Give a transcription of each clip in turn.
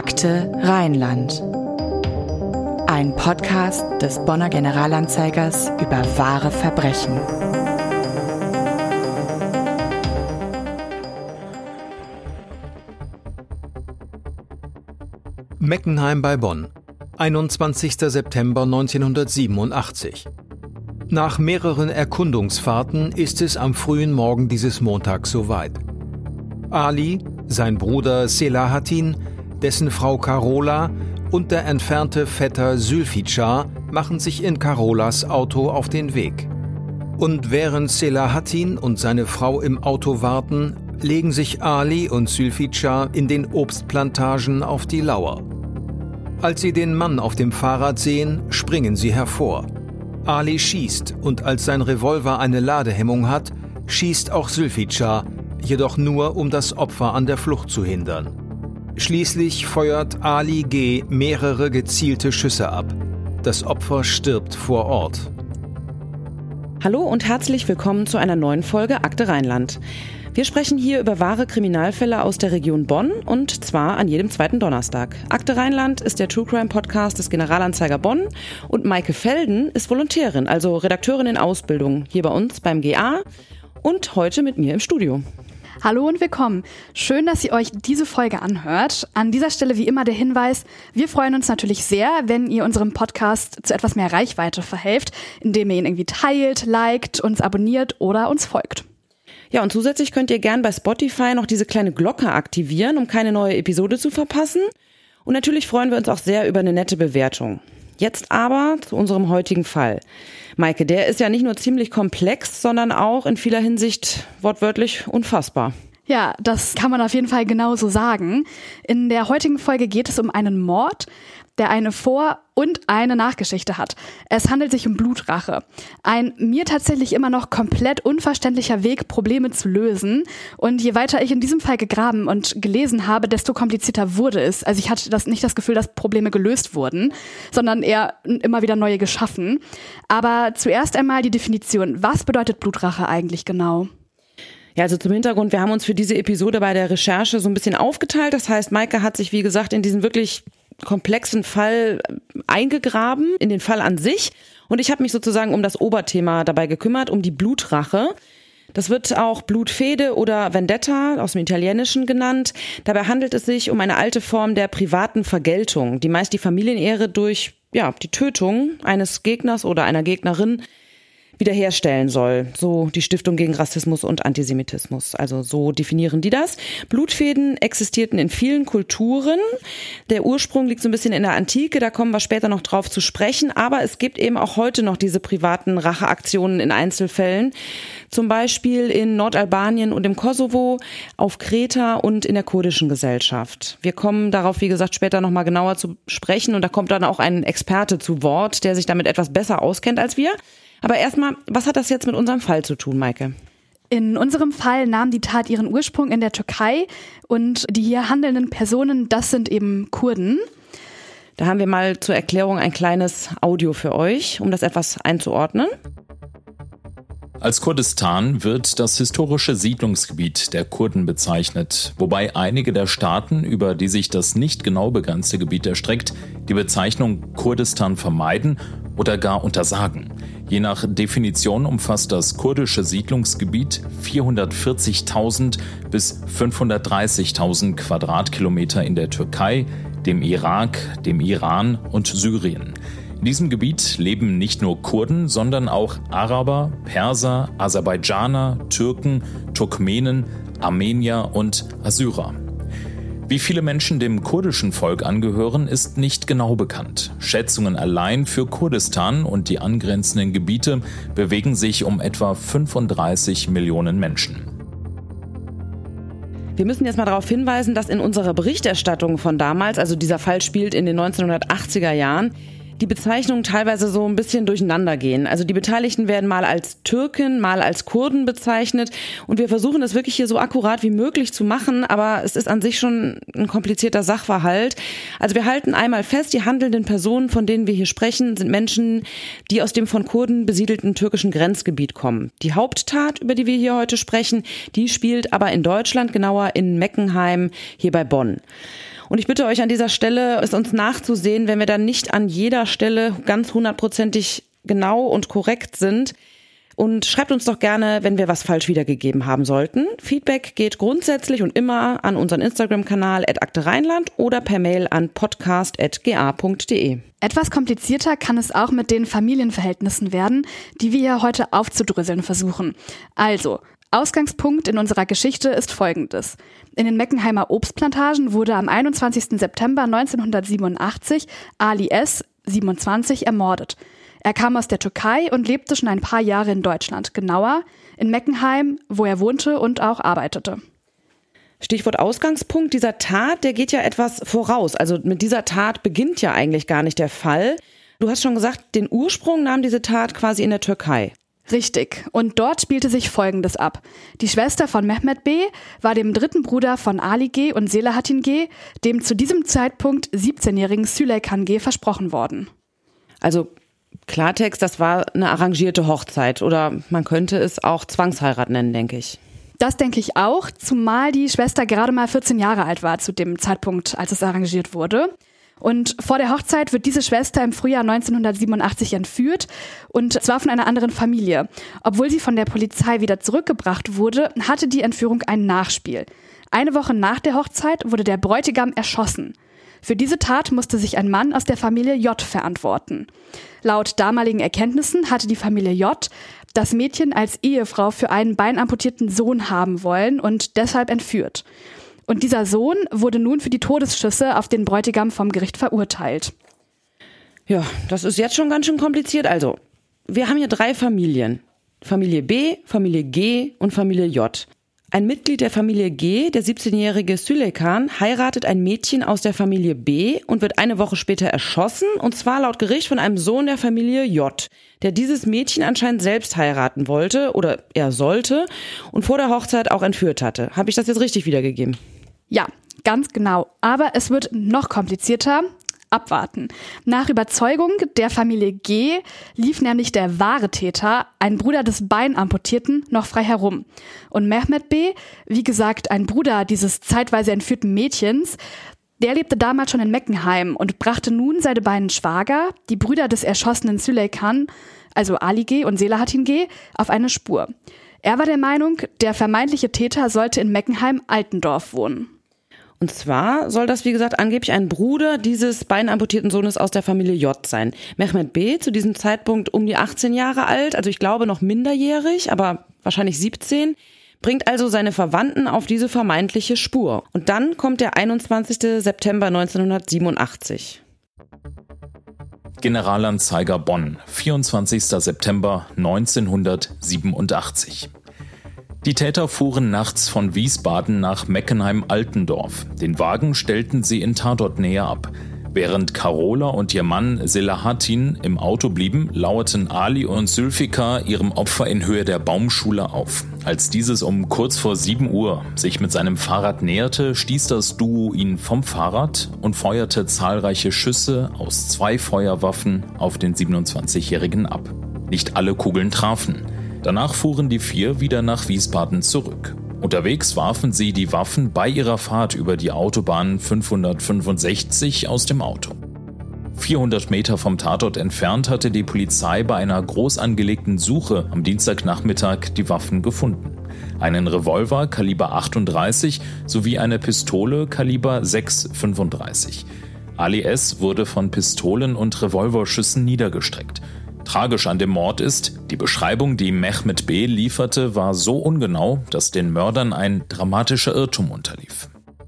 Akte Rheinland. Ein Podcast des Bonner Generalanzeigers über wahre Verbrechen. Meckenheim bei Bonn, 21. September 1987. Nach mehreren Erkundungsfahrten ist es am frühen Morgen dieses Montags soweit. Ali, sein Bruder Selahattin, dessen Frau Carola und der entfernte Vetter Zülfikar machen sich in Carolas Auto auf den Weg. Und während Selahattin und seine Frau im Auto warten, legen sich Ali und Zülfikar in den Obstplantagen auf die Lauer. Als sie den Mann auf dem Fahrrad sehen, springen sie hervor. Ali schießt und als sein Revolver eine Ladehemmung hat, schießt auch Zülfikar, jedoch nur, um das Opfer an der Flucht zu hindern. Schließlich feuert Ali G. mehrere gezielte Schüsse ab. Das Opfer stirbt vor Ort. Hallo und herzlich willkommen zu einer neuen Folge Akte Rheinland. Wir sprechen hier über wahre Kriminalfälle aus der Region Bonn und zwar an jedem zweiten Donnerstag. Akte Rheinland ist der True Crime Podcast des Generalanzeiger Bonn und Maike Felden ist Volontärin, also Redakteurin in Ausbildung hier bei uns beim GA und heute mit mir im Studio. Hallo und willkommen. Schön, dass ihr euch diese Folge anhört. An dieser Stelle wie immer der Hinweis, wir freuen uns natürlich sehr, wenn ihr unserem Podcast zu etwas mehr Reichweite verhelft, indem ihr ihn irgendwie teilt, liked, uns abonniert oder uns folgt. Ja, und zusätzlich könnt ihr gern bei Spotify noch diese kleine Glocke aktivieren, um keine neue Episode zu verpassen. Und natürlich freuen wir uns auch sehr über eine nette Bewertung. Jetzt aber zu unserem heutigen Fall. Maike, der ist ja nicht nur ziemlich komplex, sondern auch in vieler Hinsicht wortwörtlich unfassbar. Ja, das kann man auf jeden Fall genauso sagen. In der heutigen Folge geht es um einen Mord, der eine Vor- und eine Nachgeschichte hat. Es handelt sich um Blutrache. Ein mir tatsächlich immer noch komplett unverständlicher Weg, Probleme zu lösen. Und je weiter ich in diesem Fall gegraben und gelesen habe, desto komplizierter wurde es. Also ich hatte nicht das Gefühl, dass Probleme gelöst wurden, sondern eher immer wieder neue geschaffen. Aber zuerst einmal die Definition. Was bedeutet Blutrache eigentlich genau? Ja, also zum Hintergrund, wir haben uns für diese Episode bei der Recherche so ein bisschen aufgeteilt. Das heißt, Maike hat sich, wie gesagt, in diesen wirklich komplexen Fall eingegraben, in den Fall an sich. Und ich habe mich sozusagen um das Oberthema dabei gekümmert, um die Blutrache. Das wird auch Blutfehde oder Vendetta aus dem Italienischen genannt. Dabei handelt es sich um eine alte Form der privaten Vergeltung, die meist die Familienehre durch die Tötung eines Gegners oder einer Gegnerin wiederherstellen soll. So die Stiftung gegen Rassismus und Antisemitismus. Also so definieren die das. Blutfehden existierten in vielen Kulturen. Der Ursprung liegt so ein bisschen in der Antike, da kommen wir später noch drauf zu sprechen. Aber es gibt eben auch heute noch diese privaten Racheaktionen in Einzelfällen. Zum Beispiel in Nordalbanien und im Kosovo, auf Kreta und in der kurdischen Gesellschaft. Wir kommen darauf, wie gesagt, später nochmal genauer zu sprechen. Und da kommt dann auch ein Experte zu Wort, der sich damit etwas besser auskennt als wir. Aber erstmal, was hat das jetzt mit unserem Fall zu tun, Maike? In unserem Fall nahm die Tat ihren Ursprung in der Türkei und die hier handelnden Personen, das sind eben Kurden. Da haben wir mal zur Erklärung ein kleines Audio für euch, um das etwas einzuordnen. Als Kurdistan wird das historische Siedlungsgebiet der Kurden bezeichnet, wobei einige der Staaten, über die sich das nicht genau begrenzte Gebiet erstreckt, die Bezeichnung Kurdistan vermeiden oder gar untersagen. Je nach Definition umfasst das kurdische Siedlungsgebiet 440.000 bis 530.000 Quadratkilometer in der Türkei, dem Irak, dem Iran und Syrien. In diesem Gebiet leben nicht nur Kurden, sondern auch Araber, Perser, Aserbaidschaner, Türken, Turkmenen, Armenier und Assyrer. Wie viele Menschen dem kurdischen Volk angehören, ist nicht genau bekannt. Schätzungen allein für Kurdistan und die angrenzenden Gebiete bewegen sich um etwa 35 Millionen Menschen. Wir müssen jetzt mal darauf hinweisen, dass in unserer Berichterstattung von damals, also dieser Fall spielt in den 1980er Jahren, die Bezeichnungen teilweise so ein bisschen durcheinander gehen. Also die Beteiligten werden mal als Türken, mal als Kurden bezeichnet und wir versuchen das wirklich hier so akkurat wie möglich zu machen, aber es ist an sich schon ein komplizierter Sachverhalt. Also wir halten einmal fest, die handelnden Personen, von denen wir hier sprechen, sind Menschen, die aus dem von Kurden besiedelten türkischen Grenzgebiet kommen. Die Haupttat, über die wir hier heute sprechen, die spielt aber in Deutschland, genauer in Meckenheim, hier bei Bonn. Und ich bitte euch an dieser Stelle, es uns nachzusehen, wenn wir dann nicht an jeder Stelle ganz 100%ig genau und korrekt sind. Und schreibt uns doch gerne, wenn wir was falsch wiedergegeben haben sollten. Feedback geht grundsätzlich und immer an unseren Instagram-Kanal @akte-rheinland oder per Mail an podcast@ga.de. Etwas komplizierter kann es auch mit den Familienverhältnissen werden, die wir hier heute aufzudröseln versuchen. Also, Ausgangspunkt in unserer Geschichte ist folgendes. In den Meckenheimer Obstplantagen wurde am 21. September 1987 Ali S., 27, ermordet. Er kam aus der Türkei und lebte schon ein paar Jahre in Deutschland, genauer in Meckenheim, wo er wohnte und auch arbeitete. Stichwort Ausgangspunkt dieser Tat, der geht ja etwas voraus. Also mit dieser Tat beginnt ja eigentlich gar nicht der Fall. Du hast schon gesagt, den Ursprung nahm diese Tat quasi in der Türkei. Richtig. Und dort spielte sich Folgendes ab. Die Schwester von Mehmet B. war dem dritten Bruder von Ali G. und Selahattin G., dem zu diesem Zeitpunkt 17-jährigen Süleykan G. versprochen worden. Also Klartext, das war eine arrangierte Hochzeit oder man könnte es auch Zwangsheirat nennen, denke ich. Das denke ich auch, zumal die Schwester gerade mal 14 Jahre alt war zu dem Zeitpunkt, als es arrangiert wurde. Und vor der Hochzeit wird diese Schwester im Frühjahr 1987 entführt und zwar von einer anderen Familie. Obwohl sie von der Polizei wieder zurückgebracht wurde, hatte die Entführung ein Nachspiel. Eine Woche nach der Hochzeit wurde der Bräutigam erschossen. Für diese Tat musste sich ein Mann aus der Familie J verantworten. Laut damaligen Erkenntnissen hatte die Familie J das Mädchen als Ehefrau für einen beinamputierten Sohn haben wollen und deshalb entführt. Und dieser Sohn wurde nun für die Todesschüsse auf den Bräutigam vom Gericht verurteilt. Ja, das ist jetzt schon ganz schön kompliziert. Also, wir haben hier 3 Familien. Familie B, Familie G und Familie J. Ein Mitglied der Familie G, der 17-jährige Süleykan, heiratet ein Mädchen aus der Familie B und wird eine Woche später erschossen, und zwar laut Gericht von einem Sohn der Familie J, der dieses Mädchen anscheinend selbst heiraten wollte oder er sollte und vor der Hochzeit auch entführt hatte. Habe ich das jetzt richtig wiedergegeben? Ja, ganz genau. Aber es wird noch komplizierter. Abwarten. Nach Überzeugung der Familie G lief nämlich der wahre Täter, ein Bruder des Beinamputierten, noch frei herum. Und Mehmet B., wie gesagt, ein Bruder dieses zeitweise entführten Mädchens, der lebte damals schon in Meckenheim und brachte nun seine beiden Schwager, die Brüder des erschossenen Süleykan, also Ali G. und Selahattin G., auf eine Spur. Er war der Meinung, der vermeintliche Täter sollte in Meckenheim-Altendorf wohnen. Und zwar soll das, wie gesagt, angeblich ein Bruder dieses beinamputierten Sohnes aus der Familie J sein. Mehmet B., zu diesem Zeitpunkt um die 18 Jahre alt, also ich glaube noch minderjährig, aber wahrscheinlich 17, bringt also seine Verwandten auf diese vermeintliche Spur. Und dann kommt der 21. September 1987. Generalanzeiger Bonn, 24. September 1987. Die Täter fuhren nachts von Wiesbaden nach Meckenheim-Altendorf. Den Wagen stellten sie in Tatortnähe ab. Während Carola und ihr Mann Selahattin im Auto blieben, lauerten Ali und Zülfikar ihrem Opfer in Höhe der Baumschule auf. Als dieses um kurz vor 7 Uhr sich mit seinem Fahrrad näherte, stieß das Duo ihn vom Fahrrad und feuerte zahlreiche Schüsse aus 2 Feuerwaffen auf den 27-Jährigen ab. Nicht alle Kugeln trafen. Danach fuhren die 4 wieder nach Wiesbaden zurück. Unterwegs warfen sie die Waffen bei ihrer Fahrt über die Autobahn 565 aus dem Auto. 400 Meter vom Tatort entfernt hatte die Polizei bei einer groß angelegten Suche am Dienstagnachmittag die Waffen gefunden. Einen Revolver Kaliber 38 sowie eine Pistole Kaliber 6,35. Ali S. wurde von Pistolen- und Revolverschüssen niedergestreckt. Tragisch an dem Mord ist, die Beschreibung, die Mehmet B. lieferte, war so ungenau, dass den Mördern ein dramatischer Irrtum unterlief.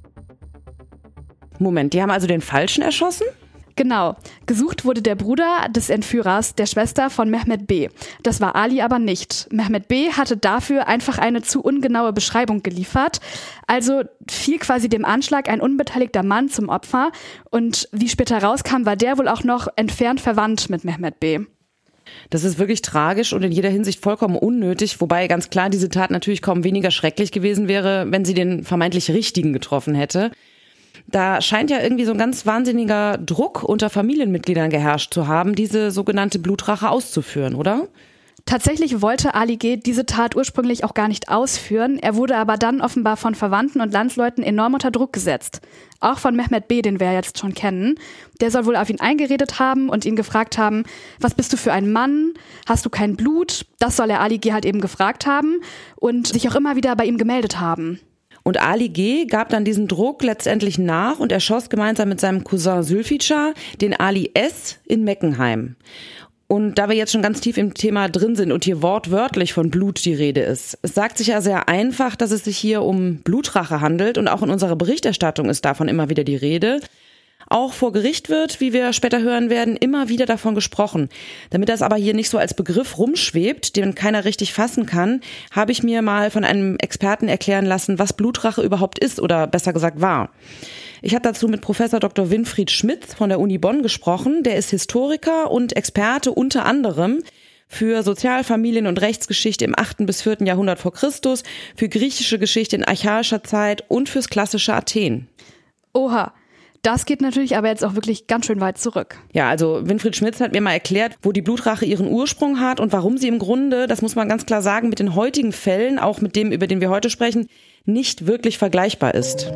Moment, die haben also den Falschen erschossen? Genau. Gesucht wurde der Bruder des Entführers, der Schwester von Mehmet B. Das war Ali aber nicht. Mehmet B. hatte dafür einfach eine zu ungenaue Beschreibung geliefert. Also fiel quasi dem Anschlag ein unbeteiligter Mann zum Opfer. Und wie später rauskam, war der wohl auch noch entfernt verwandt mit Mehmet B. Das ist wirklich tragisch und in jeder Hinsicht vollkommen unnötig, wobei ganz klar diese Tat natürlich kaum weniger schrecklich gewesen wäre, wenn sie den vermeintlich Richtigen getroffen hätte. Da scheint ja irgendwie so ein ganz wahnsinniger Druck unter Familienmitgliedern geherrscht zu haben, diese sogenannte Blutrache auszuführen, oder? Tatsächlich wollte Ali G. diese Tat ursprünglich auch gar nicht ausführen. Er wurde aber dann offenbar von Verwandten und Landsleuten enorm unter Druck gesetzt. Auch von Mehmet B., den wir jetzt schon kennen. Der soll wohl auf ihn eingeredet haben und ihn gefragt haben, was bist du für ein Mann? Hast du kein Blut? Das soll er Ali G. halt eben gefragt haben und sich auch immer wieder bei ihm gemeldet haben. Und Ali G. gab dann diesen Druck letztendlich nach und erschoss gemeinsam mit seinem Cousin Zülfikar den Ali S. in Meckenheim. Und da wir jetzt schon ganz tief im Thema drin sind und hier wortwörtlich von Blut die Rede ist, es sagt sich ja sehr einfach, dass es sich hier um Blutrache handelt und auch in unserer Berichterstattung ist davon immer wieder die Rede. Auch vor Gericht wird, wie wir später hören werden, immer wieder davon gesprochen. Damit das aber hier nicht so als Begriff rumschwebt, den keiner richtig fassen kann, habe ich mir mal von einem Experten erklären lassen, was Blutrache überhaupt ist oder besser gesagt war. Ich habe dazu mit Professor Dr. Winfried Schmitz von der Uni Bonn gesprochen. Der ist Historiker und Experte unter anderem für Sozial-, Familien- und Rechtsgeschichte im 8. bis 4. Jahrhundert vor Christus, für griechische Geschichte in archaischer Zeit und fürs klassische Athen. Oha. Das geht natürlich aber jetzt auch wirklich ganz schön weit zurück. Ja, also Winfried Schmitz hat mir mal erklärt, wo die Blutrache ihren Ursprung hat und warum sie im Grunde, das muss man ganz klar sagen, mit den heutigen Fällen, auch mit dem, über den wir heute sprechen, nicht wirklich vergleichbar ist.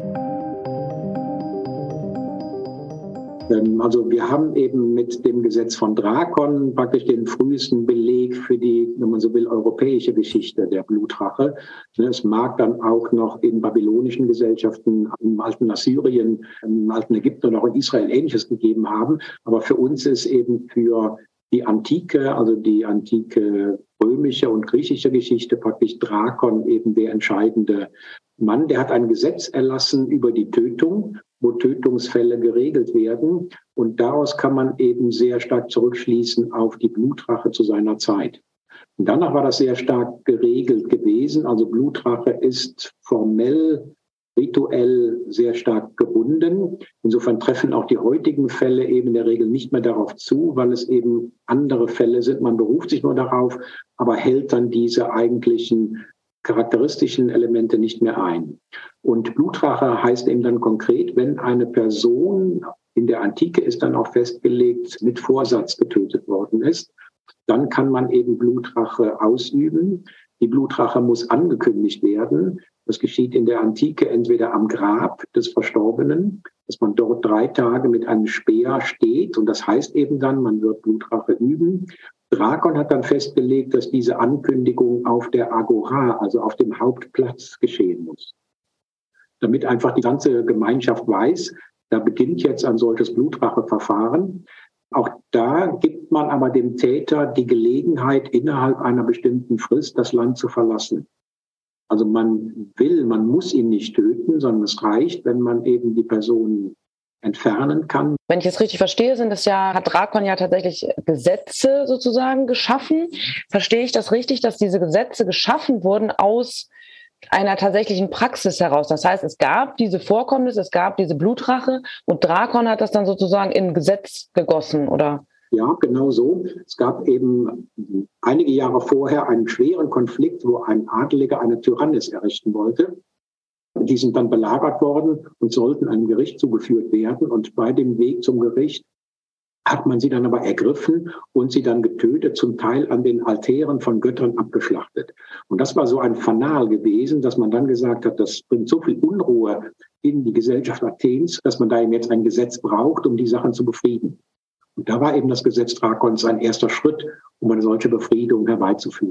Also wir haben eben mit dem Gesetz von Drakon praktisch den frühesten Beleg für die, wenn man so will, europäische Geschichte der Blutrache. Es mag dann auch noch in babylonischen Gesellschaften, im alten Assyrien, im alten Ägypten und auch in Israel Ähnliches gegeben haben. Aber für uns ist eben für die Antike, also die antike römische und griechische Geschichte praktisch Drakon eben der entscheidende Mann. Der hat ein Gesetz erlassen über die Tötung, wo Tötungsfälle geregelt werden. Und daraus kann man eben sehr stark zurückschließen auf die Blutrache zu seiner Zeit. Und danach war das sehr stark geregelt gewesen. Also Blutrache ist formell, rituell sehr stark gebunden. Insofern treffen auch die heutigen Fälle eben in der Regel nicht mehr darauf zu, weil es eben andere Fälle sind. Man beruft sich nur darauf, aber hält dann diese eigentlichen charakteristischen Elemente nicht mehr ein. Und Blutrache heißt eben dann konkret, wenn eine Person, in der Antike ist dann auch festgelegt, mit Vorsatz getötet worden ist, dann kann man eben Blutrache ausüben. Die Blutrache muss angekündigt werden. Das geschieht in der Antike entweder am Grab des Verstorbenen, dass man dort 3 Tage mit einem Speer steht. Und das heißt eben dann, man wird Blutrache üben. Drakon hat dann festgelegt, dass diese Ankündigung auf der Agora, also auf dem Hauptplatz, geschehen muss. Damit einfach die ganze Gemeinschaft weiß, da beginnt jetzt ein solches Blutracheverfahren. Auch da gibt man aber dem Täter die Gelegenheit, innerhalb einer bestimmten Frist das Land zu verlassen. Also man muss ihn nicht töten, sondern es reicht, wenn man eben die Person entfernen kann. Wenn ich es richtig verstehe, hat Drakon ja tatsächlich Gesetze sozusagen geschaffen. Verstehe ich das richtig, dass diese Gesetze geschaffen wurden aus einer tatsächlichen Praxis heraus? Das heißt, es gab diese Vorkommnisse, es gab diese Blutrache und Drakon hat das dann sozusagen in Gesetz gegossen, oder? Ja, genau so. Es gab eben einige Jahre vorher einen schweren Konflikt, wo ein Adeliger eine Tyrannis errichten wollte. Die sind dann belagert worden und sollten einem Gericht zugeführt werden. Und bei dem Weg zum Gericht hat man sie dann aber ergriffen und sie dann getötet, zum Teil an den Altären von Göttern abgeschlachtet. Und das war so ein Fanal gewesen, dass man dann gesagt hat, das bringt so viel Unruhe in die Gesellschaft Athens, dass man da eben jetzt ein Gesetz braucht, um die Sachen zu befrieden. Und da war eben das Gesetz Drakons ein erster Schritt, um eine solche Befriedung herbeizuführen.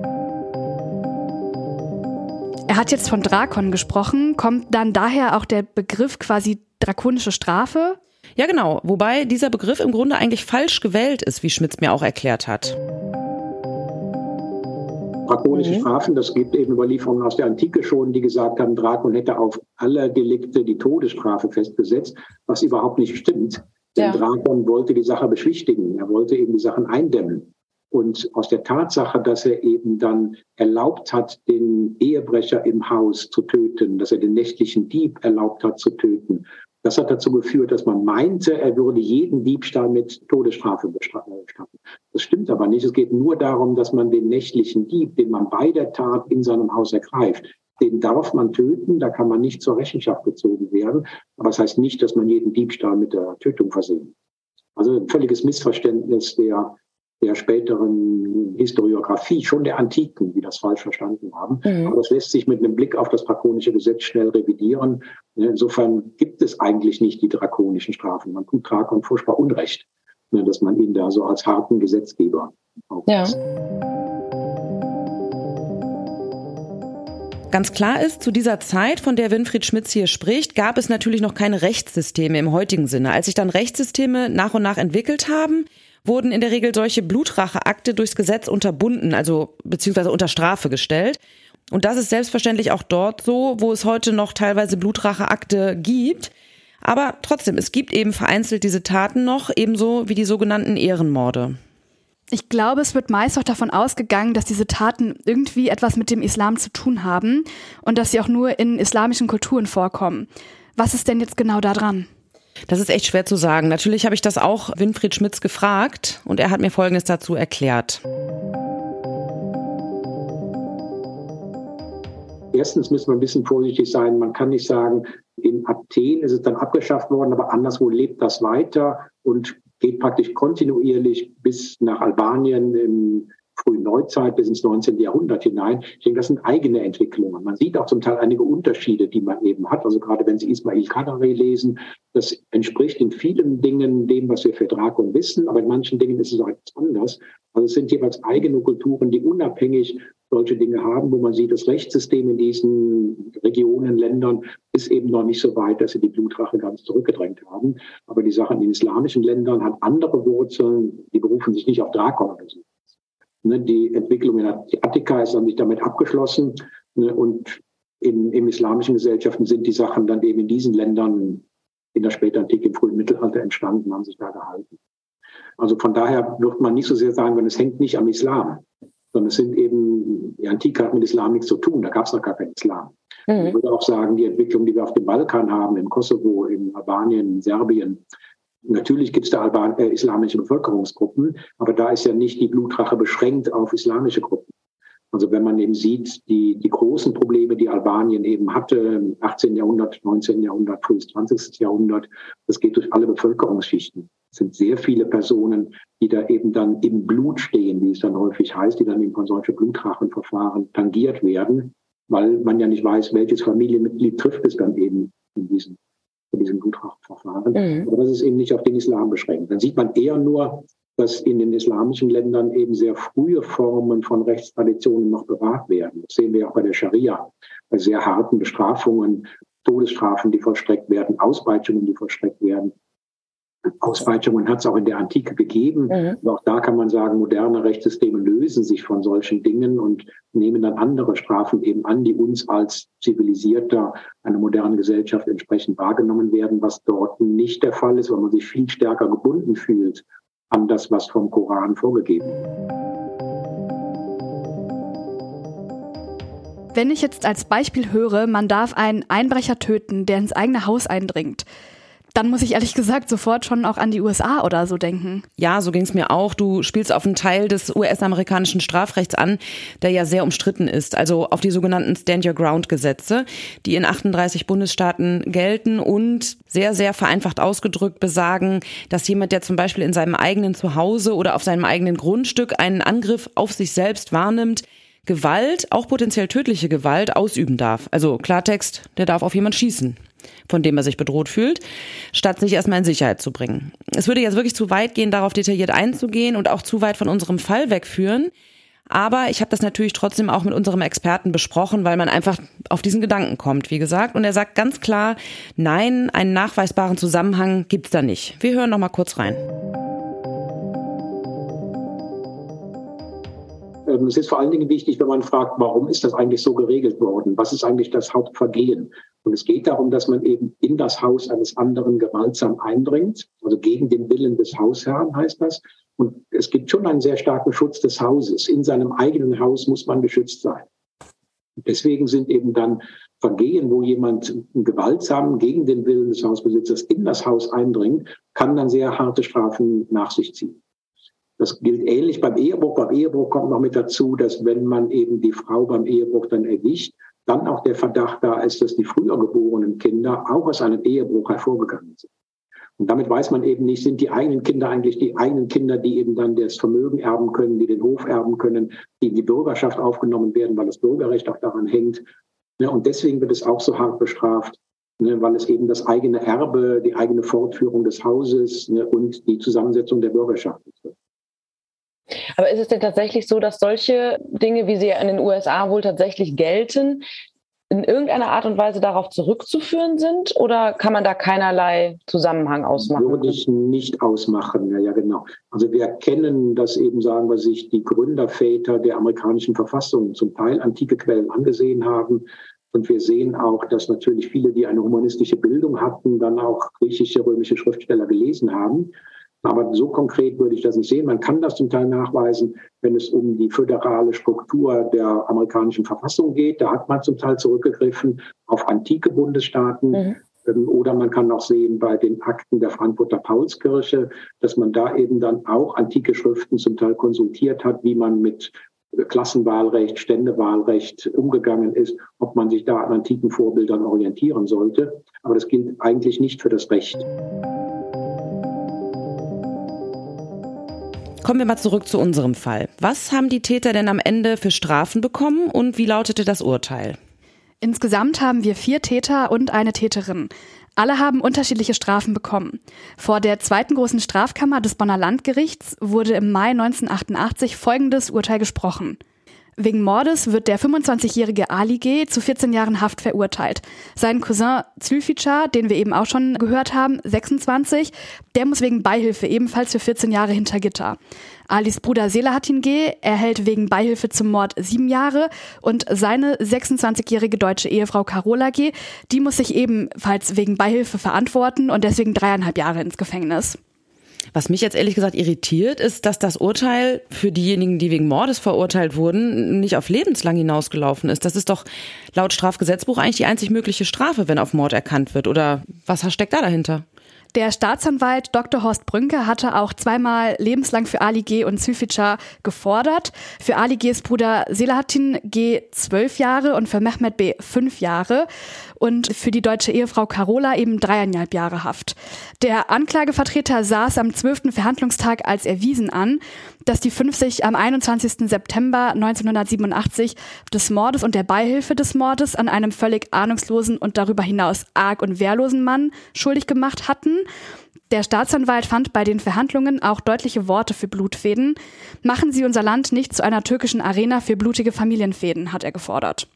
Er hat jetzt von Drakon gesprochen. Kommt dann daher auch der Begriff quasi drakonische Strafe? Ja, genau. Wobei dieser Begriff im Grunde eigentlich falsch gewählt ist, wie Schmitz mir auch erklärt hat. Drakonische Strafen, das gibt eben Überlieferungen aus der Antike schon, die gesagt haben, Drakon hätte auf alle Delikte die Todesstrafe festgesetzt, was überhaupt nicht stimmt. Denn Drakon wollte die Sache beschwichtigen. Er wollte eben die Sachen eindämmen. Und aus der Tatsache, dass er eben dann erlaubt hat, den Ehebrecher im Haus zu töten, dass er den nächtlichen Dieb erlaubt hat zu töten, das hat dazu geführt, dass man meinte, er würde jeden Diebstahl mit Todesstrafe bestrafen. Das stimmt aber nicht. Es geht nur darum, dass man den nächtlichen Dieb, den man bei der Tat in seinem Haus ergreift, den darf man töten, da kann man nicht zur Rechenschaft gezogen werden. Aber das heißt nicht, dass man jeden Diebstahl mit der Tötung versehen. Also ein völliges Missverständnis der der späteren Historiographie, schon der Antiken, die das falsch verstanden haben. Aber das lässt sich mit einem Blick auf das drakonische Gesetz schnell revidieren. Insofern gibt es eigentlich nicht die drakonischen Strafen. Man tut Drakon furchtbar Unrecht, dass man ihn da so als harten Gesetzgeber aufweist. Ganz klar ist, zu dieser Zeit, von der Winfried Schmitz hier spricht, gab es natürlich noch keine Rechtssysteme im heutigen Sinne. Als sich dann Rechtssysteme nach und nach entwickelt haben, wurden in der Regel solche Blutracheakte durchs Gesetz unterbunden, also beziehungsweise unter Strafe gestellt. Und das ist selbstverständlich auch dort so, wo es heute noch teilweise Blutracheakte gibt. Aber trotzdem, es gibt eben vereinzelt diese Taten noch, ebenso wie die sogenannten Ehrenmorde. Ich glaube, es wird meist auch davon ausgegangen, dass diese Taten irgendwie etwas mit dem Islam zu tun haben und dass sie auch nur in islamischen Kulturen vorkommen. Was ist denn jetzt genau da dran? Das ist echt schwer zu sagen. Natürlich habe ich das auch Winfried Schmitz gefragt und er hat mir Folgendes dazu erklärt. Erstens müssen wir ein bisschen vorsichtig sein. Man kann nicht sagen, in Athen ist es dann abgeschafft worden, aber anderswo lebt das weiter und geht praktisch kontinuierlich bis nach Albanien im frühen Neuzeit bis ins 19. Jahrhundert hinein. Ich denke, das sind eigene Entwicklungen. Man sieht auch zum Teil einige Unterschiede, die man eben hat. Also gerade wenn Sie Ismail Kadare lesen, das entspricht in vielen Dingen dem, was wir für Drakon wissen, aber in manchen Dingen ist es auch etwas anders. Also es sind jeweils eigene Kulturen, die unabhängig solche Dinge haben, wo man sieht, das Rechtssystem in diesen Regionen, Ländern ist eben noch nicht so weit, dass sie die Blutrache ganz zurückgedrängt haben. Aber die Sache in den islamischen Ländern hat andere Wurzeln, die berufen sich nicht auf Drakon oder so. Die Entwicklung in der Attika ist dann nicht damit abgeschlossen. Und in islamischen Gesellschaften sind die Sachen dann eben in diesen Ländern in der Spätantike, im frühen Mittelalter entstanden, haben sich da gehalten. Also von daher wird man nicht so sehr sagen, es hängt nicht am Islam, sondern es sind eben, die Antike hat mit Islam nichts zu tun, da gab es noch gar keinen Islam. Ich würde auch sagen, die Entwicklung, die wir auf dem Balkan haben, im Kosovo, in Albanien, in Serbien, natürlich gibt es da islamische Bevölkerungsgruppen, aber da ist ja nicht die Blutrache beschränkt auf islamische Gruppen. Also wenn man eben sieht, die großen Probleme, die Albanien eben hatte, im 18. Jahrhundert, 19. Jahrhundert, frühes 20. Jahrhundert, das geht durch alle Bevölkerungsschichten. Es sind sehr viele Personen, die da eben dann im Blut stehen, wie es dann häufig heißt, die dann eben von solchen Blutrachenverfahren tangiert werden, weil man ja nicht weiß, welches Familienmitglied trifft es dann eben in diesem Blutrachenverfahren. Aber das ist eben nicht auf den Islam beschränkt. Dann sieht man eher nur, dass in den islamischen Ländern eben sehr frühe Formen von Rechtstraditionen noch bewahrt werden. Das sehen wir auch bei der Scharia, bei sehr harten Bestrafungen, Todesstrafen, die vollstreckt werden, Auspeitschungen, die vollstreckt werden. Auspeitschungen hat es auch in der Antike gegeben. Aber auch da kann man sagen, moderne Rechtssysteme lösen sich von solchen Dingen und nehmen dann andere Strafen eben an, die uns als zivilisierter, eine moderne Gesellschaft entsprechend wahrgenommen werden, was dort nicht der Fall ist, weil man sich viel stärker gebunden fühlt an das, was vom Koran vorgegeben wird. Wenn ich jetzt als Beispiel höre, man darf einen Einbrecher töten, der ins eigene Haus eindringt, dann muss ich ehrlich gesagt sofort schon auch an die USA oder so denken. Ja, so ging es mir auch. Du spielst auf einen Teil des US-amerikanischen Strafrechts an, der ja sehr umstritten ist. Also auf die sogenannten Stand-Your-Ground-Gesetze, die in 38 Bundesstaaten gelten und sehr, sehr vereinfacht ausgedrückt besagen, dass jemand, der zum Beispiel in seinem eigenen Zuhause oder auf seinem eigenen Grundstück einen Angriff auf sich selbst wahrnimmt, Gewalt, auch potenziell tödliche Gewalt, ausüben darf. Also Klartext, der darf auf jemand schießen, von dem er sich bedroht fühlt, statt sich erstmal in Sicherheit zu bringen. Es würde jetzt wirklich zu weit gehen, darauf detailliert einzugehen und auch zu weit von unserem Fall wegführen. Aber ich habe das natürlich trotzdem auch mit unserem Experten besprochen, weil man einfach auf diesen Gedanken kommt, wie gesagt. Und er sagt ganz klar, nein, einen nachweisbaren Zusammenhang gibt's da nicht. Wir hören noch mal kurz rein. Es ist vor allen Dingen wichtig, wenn man fragt, warum ist das eigentlich so geregelt worden? Was ist eigentlich das Hauptvergehen? Und es geht darum, dass man eben in das Haus eines anderen gewaltsam eindringt, also gegen den Willen des Hausherrn heißt das. Und es gibt schon einen sehr starken Schutz des Hauses. In seinem eigenen Haus muss man geschützt sein. Deswegen sind eben dann Vergehen, wo jemand gewaltsam gegen den Willen des Hausbesitzers in das Haus eindringt, kann dann sehr harte Strafen nach sich ziehen. Das gilt ähnlich beim Ehebruch. Beim Ehebruch kommt noch mit dazu, dass wenn man eben die Frau beim Ehebruch dann erwischt, dann auch der Verdacht da ist, dass die früher geborenen Kinder auch aus einem Ehebruch hervorgegangen sind. Und damit weiß man eben nicht, sind die eigenen Kinder eigentlich die eigenen Kinder, die eben dann das Vermögen erben können, die den Hof erben können, die in die Bürgerschaft aufgenommen werden, weil das Bürgerrecht auch daran hängt. Und deswegen wird es auch so hart bestraft, weil es eben das eigene Erbe, die eigene Fortführung des Hauses und die Zusammensetzung der Bürgerschaft ist. Aber ist es denn tatsächlich so, dass solche Dinge, wie sie ja in den USA wohl tatsächlich gelten, in irgendeiner Art und Weise darauf zurückzuführen sind? Oder kann man da keinerlei Zusammenhang ausmachen? Würde ich nicht ausmachen, ja genau. Also wir erkennen, dass eben, sagen wir, sich die Gründerväter der amerikanischen Verfassung zum Teil antike Quellen angesehen haben. Und wir sehen auch, dass natürlich viele, die eine humanistische Bildung hatten, dann auch griechische, römische Schriftsteller gelesen haben. Aber so konkret würde ich das nicht sehen. Man kann das zum Teil nachweisen, wenn es um die föderale Struktur der amerikanischen Verfassung geht. Da hat man zum Teil zurückgegriffen auf antike Bundesstaaten. Oder man kann auch sehen bei den Akten der Frankfurter Paulskirche, dass man da eben dann auch antike Schriften zum Teil konsultiert hat, wie man mit Klassenwahlrecht, Ständewahlrecht umgegangen ist, ob man sich da an antiken Vorbildern orientieren sollte. Aber das gilt eigentlich nicht für das Recht. Kommen wir mal zurück zu unserem Fall. Was haben die Täter denn am Ende für Strafen bekommen und wie lautete das Urteil? Insgesamt haben wir 4 Täter und eine Täterin. Alle haben unterschiedliche Strafen bekommen. Vor der zweiten großen Strafkammer des Bonner Landgerichts wurde im Mai 1988 folgendes Urteil gesprochen. Wegen Mordes wird der 25-jährige Ali G. zu 14 Jahren Haft verurteilt. Sein Cousin Zülfikar, den wir eben auch schon gehört haben, 26, der muss wegen Beihilfe ebenfalls für 14 Jahre hinter Gitter. Alis Bruder Selahattin G. erhält wegen Beihilfe zum Mord 7 Jahre und seine 26-jährige deutsche Ehefrau Carola G., die muss sich ebenfalls wegen Beihilfe verantworten und deswegen 3,5 Jahre ins Gefängnis. Was mich jetzt ehrlich gesagt irritiert, ist, dass das Urteil für diejenigen, die wegen Mordes verurteilt wurden, nicht auf lebenslang hinausgelaufen ist. Das ist doch laut Strafgesetzbuch eigentlich die einzig mögliche Strafe, wenn auf Mord erkannt wird. Oder was steckt da dahinter? Der Staatsanwalt Dr. Horst Brünke hatte auch 2-mal lebenslang für Ali G. und Zülfikar gefordert. Für Ali G.'s Bruder Selahattin G. 12 Jahre und für Mehmet B. 5 Jahre. Und für die deutsche Ehefrau Carola eben 3,5 Jahre Haft. Der Anklagevertreter saß am 12. Verhandlungstag als erwiesen an, dass die 5 sich am 21. September 1987 des Mordes und der Beihilfe des Mordes an einem völlig ahnungslosen und darüber hinaus arg und wehrlosen Mann schuldig gemacht hatten. Der Staatsanwalt fand bei den Verhandlungen auch deutliche Worte für Blutfäden. Machen Sie unser Land nicht zu einer türkischen Arena für blutige Familienfäden, hat er gefordert.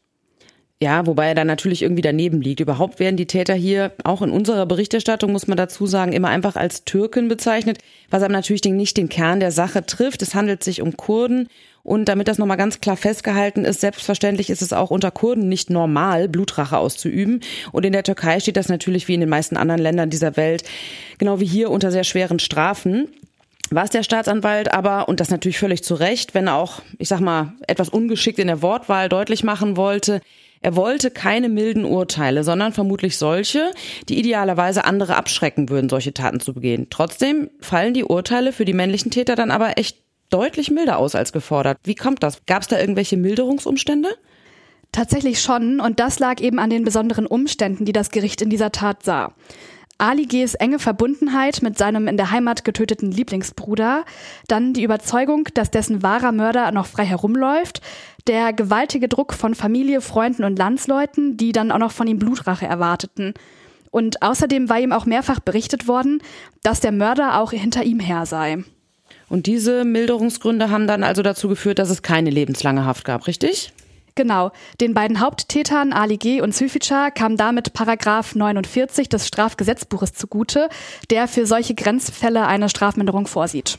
Ja, wobei er dann natürlich irgendwie daneben liegt. Überhaupt werden die Täter hier, auch in unserer Berichterstattung, muss man dazu sagen, immer einfach als Türken bezeichnet, was aber natürlich nicht den Kern der Sache trifft. Es handelt sich um Kurden. Und damit das nochmal ganz klar festgehalten ist, selbstverständlich ist es auch unter Kurden nicht normal, Blutrache auszuüben. Und in der Türkei steht das natürlich wie in den meisten anderen Ländern dieser Welt, genau wie hier, unter sehr schweren Strafen. Was der Staatsanwalt aber, und das natürlich völlig zu Recht, wenn auch, ich sag mal, etwas ungeschickt in der Wortwahl deutlich machen wollte, er wollte keine milden Urteile, sondern vermutlich solche, die idealerweise andere abschrecken würden, solche Taten zu begehen. Trotzdem fallen die Urteile für die männlichen Täter dann aber echt deutlich milder aus als gefordert. Wie kommt das? Gab es da irgendwelche Milderungsumstände? Tatsächlich schon, und das lag eben an den besonderen Umständen, die das Gericht in dieser Tat sah. Ali G.'s enge Verbundenheit mit seinem in der Heimat getöteten Lieblingsbruder, dann die Überzeugung, dass dessen wahrer Mörder noch frei herumläuft, der gewaltige Druck von Familie, Freunden und Landsleuten, die dann auch noch von ihm Blutrache erwarteten. Und außerdem war ihm auch mehrfach berichtet worden, dass der Mörder auch hinter ihm her sei. Und diese Milderungsgründe haben dann also dazu geführt, dass es keine lebenslange Haft gab, richtig? Genau. Den beiden Haupttätern, Ali G. und Zülfikar, kam damit Paragraph 49 des Strafgesetzbuches zugute, der für solche Grenzfälle eine Strafminderung vorsieht.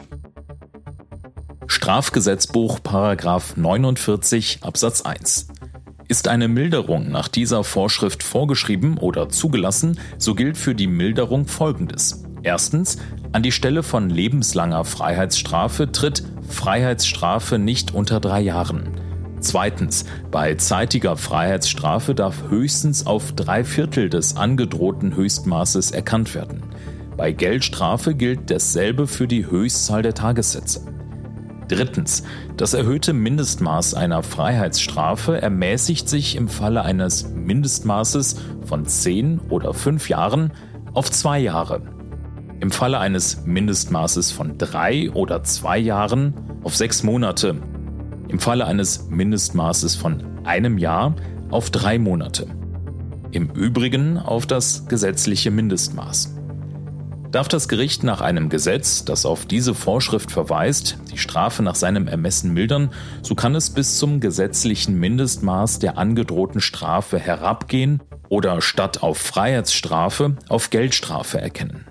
Strafgesetzbuch Paragraph 49 Absatz 1. Ist eine Milderung nach dieser Vorschrift vorgeschrieben oder zugelassen, so gilt für die Milderung Folgendes. Erstens, an die Stelle von lebenslanger Freiheitsstrafe tritt Freiheitsstrafe nicht unter 3 Jahren. Zweitens, bei zeitiger Freiheitsstrafe darf höchstens auf 3/4 des angedrohten Höchstmaßes erkannt werden. Bei Geldstrafe gilt dasselbe für die Höchstzahl der Tagessätze. Drittens, das erhöhte Mindestmaß einer Freiheitsstrafe ermäßigt sich im Falle eines Mindestmaßes von 10 oder 5 Jahren auf 2 Jahre. Im Falle eines Mindestmaßes von 3 oder 2 Jahren auf 6 Monate. Im Falle eines Mindestmaßes von 1 Jahr auf 3 Monate. Im Übrigen auf das gesetzliche Mindestmaß. Darf das Gericht nach einem Gesetz, das auf diese Vorschrift verweist, die Strafe nach seinem Ermessen mildern, so kann es bis zum gesetzlichen Mindestmaß der angedrohten Strafe herabgehen oder statt auf Freiheitsstrafe auf Geldstrafe erkennen.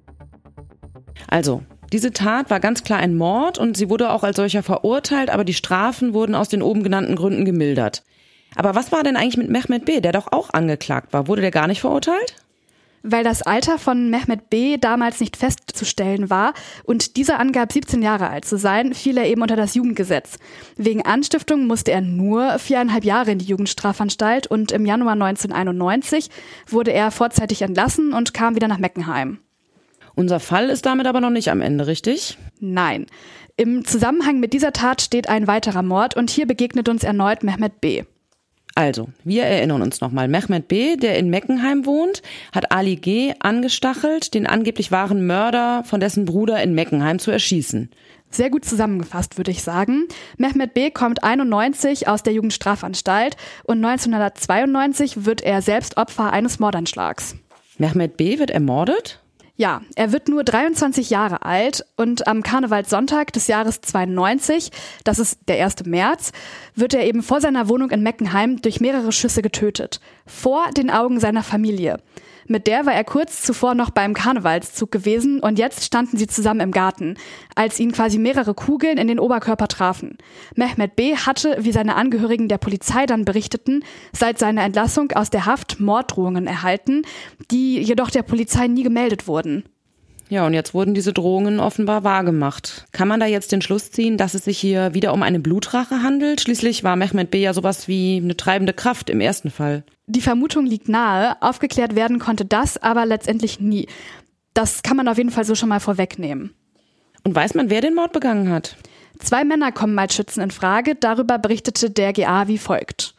Also, diese Tat war ganz klar ein Mord und sie wurde auch als solcher verurteilt, aber die Strafen wurden aus den oben genannten Gründen gemildert. Aber was war denn eigentlich mit Mehmet B., der doch auch angeklagt war? Wurde der gar nicht verurteilt? Weil das Alter von Mehmet B. damals nicht festzustellen war und dieser angab, 17 Jahre alt zu sein, fiel er eben unter das Jugendgesetz. Wegen Anstiftung musste er nur 4,5 Jahre in die Jugendstrafanstalt und im Januar 1991 wurde er vorzeitig entlassen und kam wieder nach Meckenheim. Unser Fall ist damit aber noch nicht am Ende, richtig? Nein. Im Zusammenhang mit dieser Tat steht ein weiterer Mord und hier begegnet uns erneut Mehmet B. Also, wir erinnern uns nochmal. Mehmet B., der in Meckenheim wohnt, hat Ali G. angestachelt, den angeblich wahren Mörder von dessen Bruder in Meckenheim zu erschießen. Sehr gut zusammengefasst, würde ich sagen. Mehmet B. kommt 91 aus der Jugendstrafanstalt und 1992 wird er selbst Opfer eines Mordanschlags. Mehmet B. wird ermordet? Ja, er wird nur 23 Jahre alt und am Karnevalssonntag des Jahres 92, das ist der 1. März, wird er eben vor seiner Wohnung in Meckenheim durch mehrere Schüsse getötet. Vor den Augen seiner Familie. Mit der war er kurz zuvor noch beim Karnevalszug gewesen und jetzt standen sie zusammen im Garten, als ihn quasi mehrere Kugeln in den Oberkörper trafen. Mehmet B. hatte, wie seine Angehörigen der Polizei dann berichteten, seit seiner Entlassung aus der Haft Morddrohungen erhalten, die jedoch der Polizei nie gemeldet wurden. Ja, und jetzt wurden diese Drohungen offenbar wahrgemacht. Kann man da jetzt den Schluss ziehen, dass es sich hier wieder um eine Blutrache handelt? Schließlich war Mehmet B. ja sowas wie eine treibende Kraft im ersten Fall. Die Vermutung liegt nahe, aufgeklärt werden konnte das aber letztendlich nie. Das kann man auf jeden Fall so schon mal vorwegnehmen. Und weiß man, wer den Mord begangen hat? 2 Männer kommen als Schützen in Frage, darüber berichtete der GA wie folgt.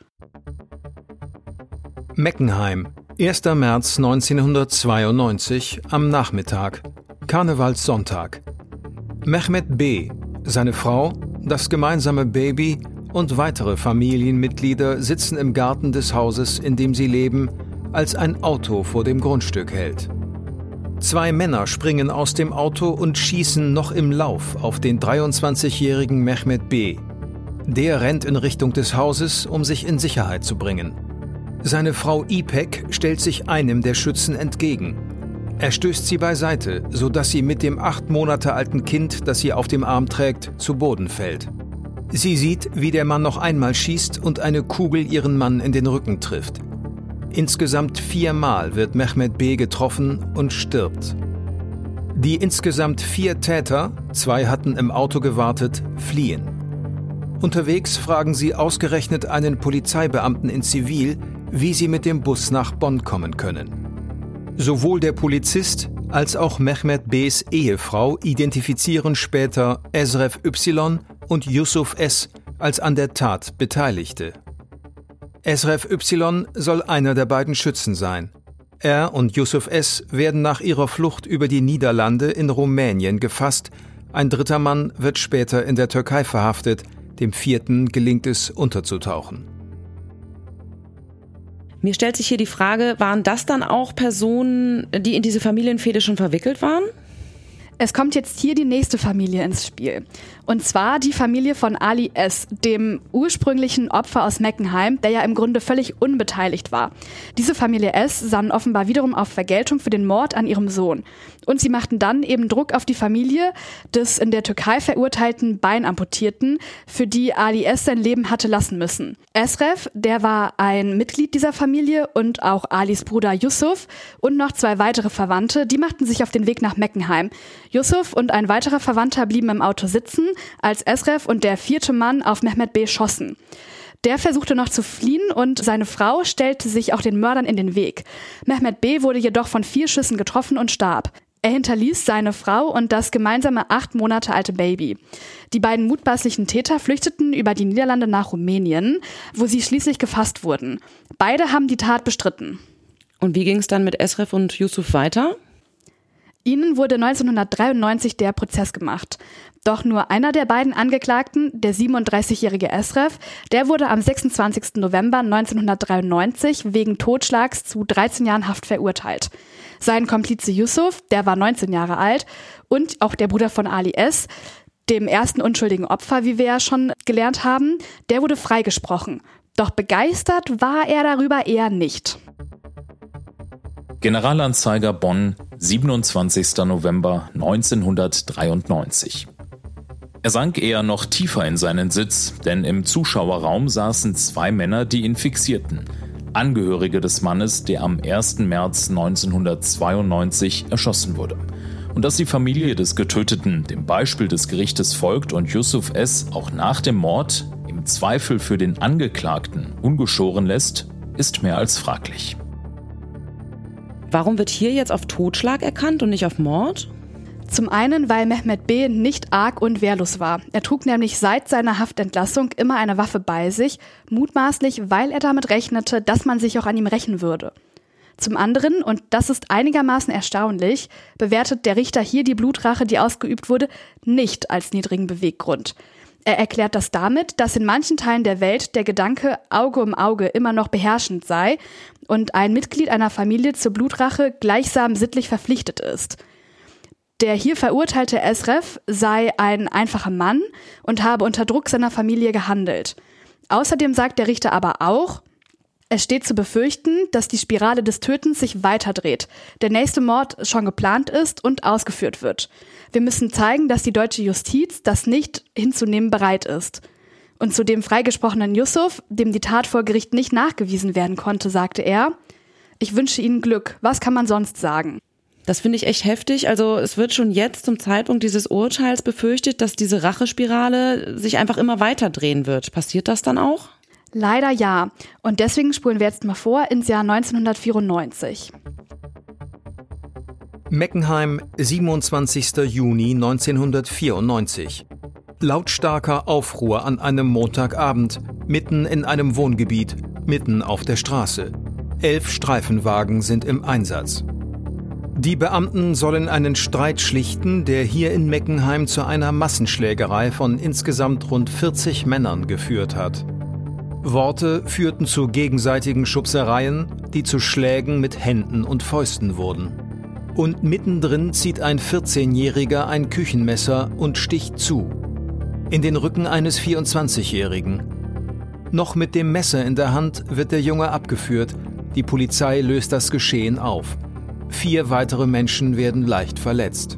Meckenheim, 1. März 1992 am Nachmittag, Karnevalssonntag. Mehmet B., seine Frau, das gemeinsame Baby und weitere Familienmitglieder sitzen im Garten des Hauses, in dem sie leben, als ein Auto vor dem Grundstück hält. 2 Männer springen aus dem Auto und schießen noch im Lauf auf den 23-jährigen Mehmet B. Der rennt in Richtung des Hauses, um sich in Sicherheit zu bringen. Seine Frau Ipek stellt sich einem der Schützen entgegen. Er stößt sie beiseite, sodass sie mit dem 8 Monate alten Kind, das sie auf dem Arm trägt, zu Boden fällt. Sie sieht, wie der Mann noch einmal schießt und eine Kugel ihren Mann in den Rücken trifft. Insgesamt 4 Mal wird Mehmet B. getroffen und stirbt. Die insgesamt 4 Täter, 2 hatten im Auto gewartet, fliehen. Unterwegs fragen sie ausgerechnet einen Polizeibeamten in Zivil, wie sie mit dem Bus nach Bonn kommen können. Sowohl der Polizist als auch Mehmet B.'s Ehefrau identifizieren später Esref Y. und Yusuf S. als an der Tat Beteiligte. Esref Y. soll einer der beiden Schützen sein. Er und Yusuf S. werden nach ihrer Flucht über die Niederlande in Rumänien gefasst. Ein 3. Mann wird später in der Türkei verhaftet. Dem 4. gelingt es, unterzutauchen. Mir stellt sich hier die Frage, waren das dann auch Personen, die in diese Familienfehde schon verwickelt waren? Es kommt jetzt hier die nächste Familie ins Spiel. Und zwar die Familie von Ali S., dem ursprünglichen Opfer aus Meckenheim, der ja im Grunde völlig unbeteiligt war. Diese Familie S. sann offenbar wiederum auf Vergeltung für den Mord an ihrem Sohn. Und sie machten dann eben Druck auf die Familie des in der Türkei verurteilten Beinamputierten, für die Ali S. sein Leben hatte lassen müssen. Esref, der war ein Mitglied dieser Familie und auch Alis Bruder Yusuf und noch 2 weitere Verwandte, die machten sich auf den Weg nach Meckenheim. Yusuf und ein weiterer Verwandter blieben im Auto sitzen, als Esref und der 4. Mann auf Mehmet B. schossen. Der versuchte noch zu fliehen und seine Frau stellte sich auch den Mördern in den Weg. Mehmet B. wurde jedoch von 4 Schüssen getroffen und starb. Er hinterließ seine Frau und das gemeinsame 8 Monate alte Baby. Die beiden mutmaßlichen Täter flüchteten über die Niederlande nach Rumänien, wo sie schließlich gefasst wurden. Beide haben die Tat bestritten. Und wie ging es dann mit Esref und Yusuf weiter? Ihnen wurde 1993 der Prozess gemacht. Doch nur einer der beiden Angeklagten, der 37-jährige Esref, der wurde am 26. November 1993 wegen Totschlags zu 13 Jahren Haft verurteilt. Sein Komplize Yusuf, der war 19 Jahre alt, und auch der Bruder von Ali S., dem ersten unschuldigen Opfer, wie wir ja schon gelernt haben, der wurde freigesprochen. Doch begeistert war er darüber eher nicht. Generalanzeiger Bonn, 27. November 1993. Er sank eher noch tiefer in seinen Sitz, denn im Zuschauerraum saßen 2 Männer, die ihn fixierten. Angehörige des Mannes, der am 1. März 1992 erschossen wurde. Und dass die Familie des Getöteten dem Beispiel des Gerichtes folgt und Yusuf S. auch nach dem Mord im Zweifel für den Angeklagten ungeschoren lässt, ist mehr als fraglich. Warum wird hier jetzt auf Totschlag erkannt und nicht auf Mord? Zum einen, weil Mehmet B. nicht arg und wehrlos war. Er trug nämlich seit seiner Haftentlassung immer eine Waffe bei sich, mutmaßlich, weil er damit rechnete, dass man sich auch an ihm rächen würde. Zum anderen, und das ist einigermaßen erstaunlich, bewertet der Richter hier die Blutrache, die ausgeübt wurde, nicht als niedrigen Beweggrund. Er erklärt das damit, dass in manchen Teilen der Welt der Gedanke Auge um Auge immer noch beherrschend sei und ein Mitglied einer Familie zur Blutrache gleichsam sittlich verpflichtet ist. Der hier verurteilte Esref sei ein einfacher Mann und habe unter Druck seiner Familie gehandelt. Außerdem sagt der Richter aber auch, es steht zu befürchten, dass die Spirale des Tötens sich weiterdreht, der nächste Mord schon geplant ist und ausgeführt wird. Wir müssen zeigen, dass die deutsche Justiz das nicht hinzunehmen bereit ist. Und zu dem freigesprochenen Yusuf, dem die Tat vor Gericht nicht nachgewiesen werden konnte, sagte er, ich wünsche Ihnen Glück, was kann man sonst sagen? Das finde ich echt heftig. Also es wird schon jetzt zum Zeitpunkt dieses Urteils befürchtet, dass diese Rachespirale sich einfach immer weiter drehen wird. Passiert das dann auch? Leider ja. Und deswegen spulen wir jetzt mal vor ins Jahr 1994. Meckenheim, 27. Juni 1994. Lautstarker Aufruhr an einem Montagabend, mitten in einem Wohngebiet, mitten auf der Straße. 11 Streifenwagen sind im Einsatz. Die Beamten sollen einen Streit schlichten, der hier in Meckenheim zu einer Massenschlägerei von insgesamt rund 40 Männern geführt hat. Worte führten zu gegenseitigen Schubsereien, die zu Schlägen mit Händen und Fäusten wurden. Und mittendrin zieht ein 14-Jähriger ein Küchenmesser und sticht zu. In den Rücken eines 24-Jährigen. Noch mit dem Messer in der Hand wird der Junge abgeführt. Die Polizei löst das Geschehen auf. 4 weitere Menschen werden leicht verletzt.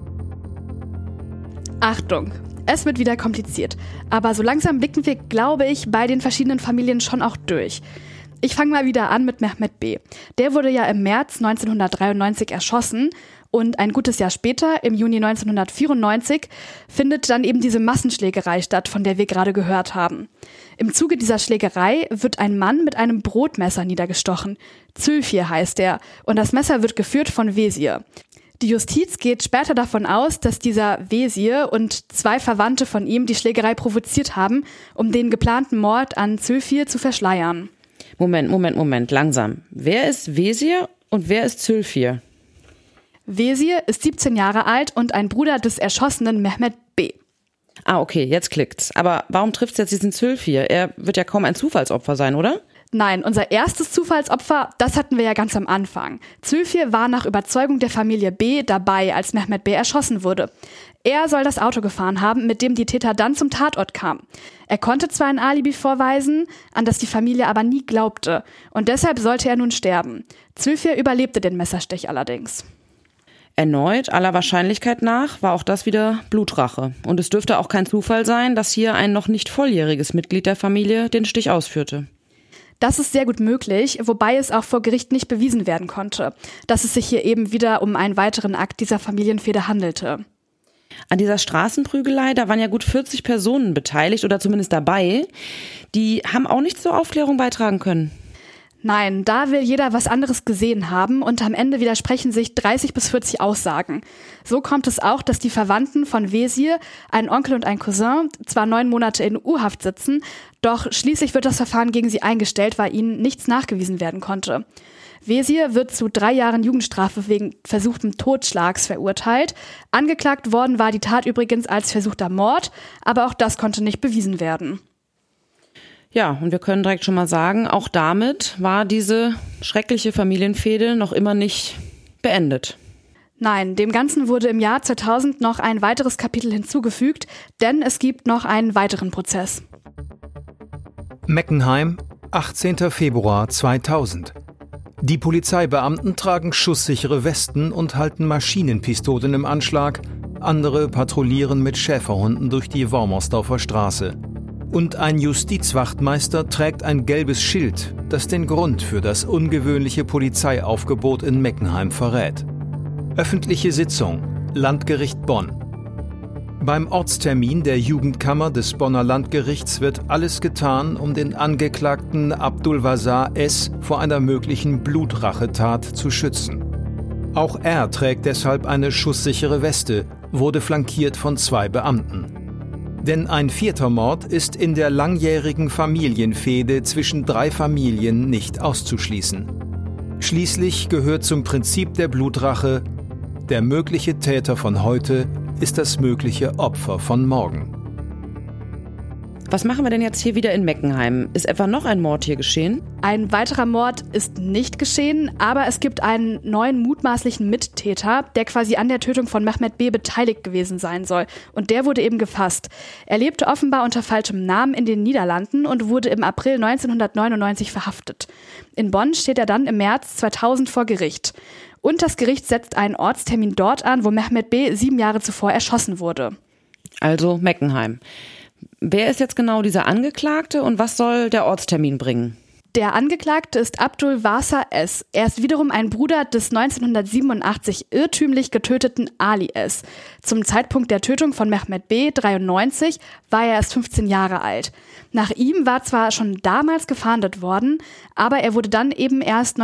Achtung, es wird wieder kompliziert. Aber so langsam blicken wir, glaube ich, bei den verschiedenen Familien schon auch durch. Ich fange mal wieder an mit Mehmet B. Der wurde ja im März 1993 erschossen und ein gutes Jahr später, im Juni 1994, findet dann eben diese Massenschlägerei statt, von der wir gerade gehört haben. Im Zuge dieser Schlägerei wird ein Mann mit einem Brotmesser niedergestochen. Zülfir heißt er und das Messer wird geführt von Wesir. Die Justiz geht später davon aus, dass dieser Wesir und 2 Verwandte von ihm die Schlägerei provoziert haben, um den geplanten Mord an Zülfir zu verschleiern. Moment, langsam. Wer ist Wesir und wer ist Zülfir? Wesir ist 17 Jahre alt und ein Bruder des erschossenen Mehmet B. Ah, okay, jetzt klickt's. Aber warum trifft's jetzt diesen Zülfir? Er wird ja kaum ein Zufallsopfer sein, oder? Nein, unser erstes Zufallsopfer, das hatten wir ja ganz am Anfang. Zülfir war nach Überzeugung der Familie B dabei, als Mehmet B. erschossen wurde. Er soll das Auto gefahren haben, mit dem die Täter dann zum Tatort kamen. Er konnte zwar ein Alibi vorweisen, an das die Familie aber nie glaubte. Und deshalb sollte er nun sterben. Zülfir überlebte den Messerstich allerdings. Erneut, aller Wahrscheinlichkeit nach, war auch das wieder Blutrache. Und es dürfte auch kein Zufall sein, dass hier ein noch nicht volljähriges Mitglied der Familie den Stich ausführte. Das ist sehr gut möglich, wobei es auch vor Gericht nicht bewiesen werden konnte, dass es sich hier eben wieder um einen weiteren Akt dieser Familienfehde handelte. An dieser Straßenprügelei, da waren ja gut 40 Personen beteiligt oder zumindest dabei. Die haben auch nicht zur Aufklärung beitragen können. Nein, da will jeder was anderes gesehen haben und am Ende widersprechen sich 30 bis 40 Aussagen. So kommt es auch, dass die Verwandten von Wesir, ein Onkel und ein Cousin, zwar 9 Monate in U-Haft sitzen, doch schließlich wird das Verfahren gegen sie eingestellt, weil ihnen nichts nachgewiesen werden konnte. Wesir wird zu 3 Jahren Jugendstrafe wegen versuchten Totschlags verurteilt. Angeklagt worden war die Tat übrigens als versuchter Mord, aber auch das konnte nicht bewiesen werden. Ja, und wir können direkt schon mal sagen, auch damit war diese schreckliche Familienfehde noch immer nicht beendet. Nein, dem Ganzen wurde im Jahr 2000 noch ein weiteres Kapitel hinzugefügt, denn es gibt noch einen weiteren Prozess. Meckenheim, 18. Februar 2000. Die Polizeibeamten tragen schusssichere Westen und halten Maschinenpistolen im Anschlag. Andere patrouillieren mit Schäferhunden durch die Wormersdorfer Straße. Und ein Justizwachtmeister trägt ein gelbes Schild, das den Grund für das ungewöhnliche Polizeiaufgebot in Meckenheim verrät. Öffentliche Sitzung, Landgericht Bonn. Beim Ortstermin der Jugendkammer des Bonner Landgerichts wird alles getan, um den Angeklagten Abdulwazar S. vor einer möglichen Blutrachetat zu schützen. Auch er trägt deshalb eine schusssichere Weste, wurde flankiert von 2 Beamten. Denn ein 4. Mord ist in der langjährigen Familienfehde zwischen 3 Familien nicht auszuschließen. Schließlich gehört zum Prinzip der Blutrache: Der mögliche Täter von heute ist das mögliche Opfer von morgen. Was machen wir denn jetzt hier wieder in Meckenheim? Ist etwa noch ein Mord hier geschehen? Ein weiterer Mord ist nicht geschehen, aber es gibt einen neuen mutmaßlichen Mittäter, der quasi an der Tötung von Mehmet B. beteiligt gewesen sein soll. Und der wurde eben gefasst. Er lebte offenbar unter falschem Namen in den Niederlanden und wurde im April 1999 verhaftet. In Bonn steht er dann im März 2000 vor Gericht. Und das Gericht setzt einen Ortstermin dort an, wo Mehmet B. 7 Jahre zuvor erschossen wurde. Also Meckenheim. Wer ist jetzt genau dieser Angeklagte und was soll der Ortstermin bringen? Der Angeklagte ist Abdulwazar S. Er ist wiederum ein Bruder des 1987 irrtümlich getöteten Ali S. Zum Zeitpunkt der Tötung von Mehmet B. 93 war er erst 15 Jahre alt. Nach ihm war zwar schon damals gefahndet worden, aber er wurde dann eben erst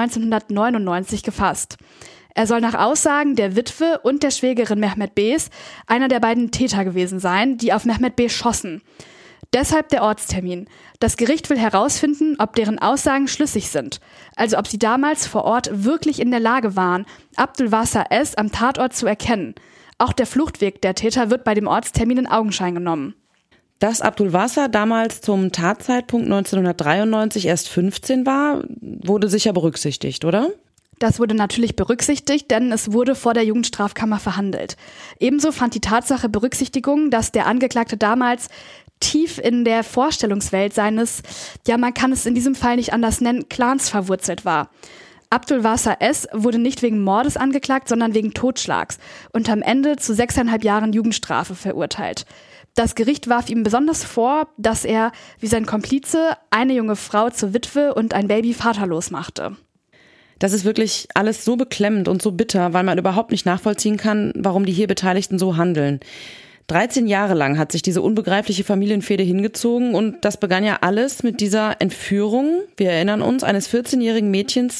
1999 gefasst. Er soll nach Aussagen der Witwe und der Schwägerin Mehmet B.s einer der beiden Täter gewesen sein, die auf Mehmet B. schossen. Deshalb der Ortstermin. Das Gericht will herausfinden, ob deren Aussagen schlüssig sind. Also ob sie damals vor Ort wirklich in der Lage waren, Abdulwazar S. am Tatort zu erkennen. Auch der Fluchtweg der Täter wird bei dem Ortstermin in Augenschein genommen. Dass Abdulwazar damals zum Tatzeitpunkt 1993 erst 15 war, wurde sicher berücksichtigt, oder? Das wurde natürlich berücksichtigt, denn es wurde vor der Jugendstrafkammer verhandelt. Ebenso fand die Tatsache Berücksichtigung, dass der Angeklagte damals tief in der Vorstellungswelt seines, ja man kann es in diesem Fall nicht anders nennen, Clans verwurzelt war. Abdulwazar S. wurde nicht wegen Mordes angeklagt, sondern wegen Totschlags und am Ende zu 6,5 Jahren Jugendstrafe verurteilt. Das Gericht warf ihm besonders vor, dass er, wie sein Komplize, eine junge Frau zur Witwe und ein Baby vaterlos machte. Das ist wirklich alles so beklemmend und so bitter, weil man überhaupt nicht nachvollziehen kann, warum die hier Beteiligten so handeln. 13 Jahre lang hat sich diese unbegreifliche Familienfehde hingezogen und das begann ja alles mit dieser Entführung, wir erinnern uns, eines 14-jährigen Mädchens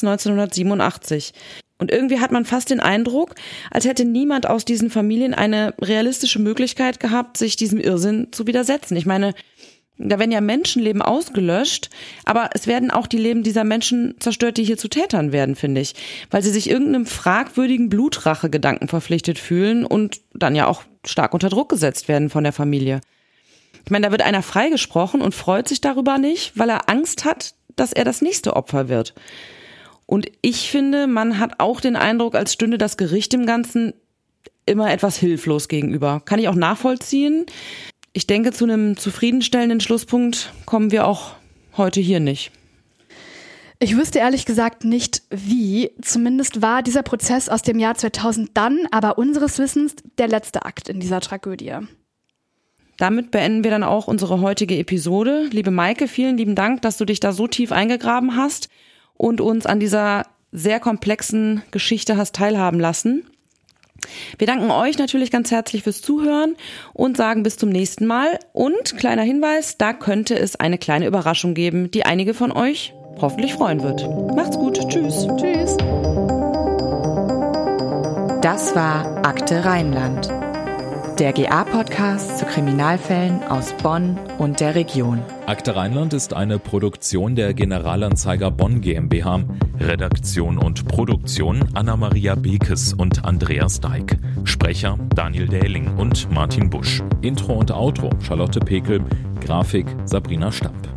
1987. Und irgendwie hat man fast den Eindruck, als hätte niemand aus diesen Familien eine realistische Möglichkeit gehabt, sich diesem Irrsinn zu widersetzen. Ich meine, da werden ja Menschenleben ausgelöscht, aber es werden auch die Leben dieser Menschen zerstört, die hier zu Tätern werden, finde ich. Weil sie sich irgendeinem fragwürdigen Blutrache-Gedanken verpflichtet fühlen und dann ja auch stark unter Druck gesetzt werden von der Familie. Ich meine, da wird einer freigesprochen und freut sich darüber nicht, weil er Angst hat, dass er das nächste Opfer wird. Und ich finde, man hat auch den Eindruck, als stünde das Gericht dem Ganzen immer etwas hilflos gegenüber. Kann ich auch nachvollziehen. Ich denke, zu einem zufriedenstellenden Schlusspunkt kommen wir auch heute hier nicht. Ich wüsste ehrlich gesagt nicht, wie. Zumindest war dieser Prozess aus dem Jahr 2000 dann, aber unseres Wissens, der letzte Akt in dieser Tragödie. Damit beenden wir dann auch unsere heutige Episode. Liebe Maike, vielen lieben Dank, dass du dich da so tief eingegraben hast und uns an dieser sehr komplexen Geschichte hast teilhaben lassen. Wir danken euch natürlich ganz herzlich fürs Zuhören und sagen bis zum nächsten Mal. Und kleiner Hinweis, da könnte es eine kleine Überraschung geben, die einige von euch hoffentlich freuen wird. Macht's gut. Tschüss. Tschüss. Das war Akte Rheinland, der GA-Podcast zu Kriminalfällen aus Bonn und der Region. Akte Rheinland ist eine Produktion der Generalanzeiger Bonn GmbH. Redaktion und Produktion Anna-Maria Bekes und Andreas Dijk. Sprecher Daniel Dähling und Martin Busch. Intro und Outro Charlotte Pekel. Grafik Sabrina Stamp.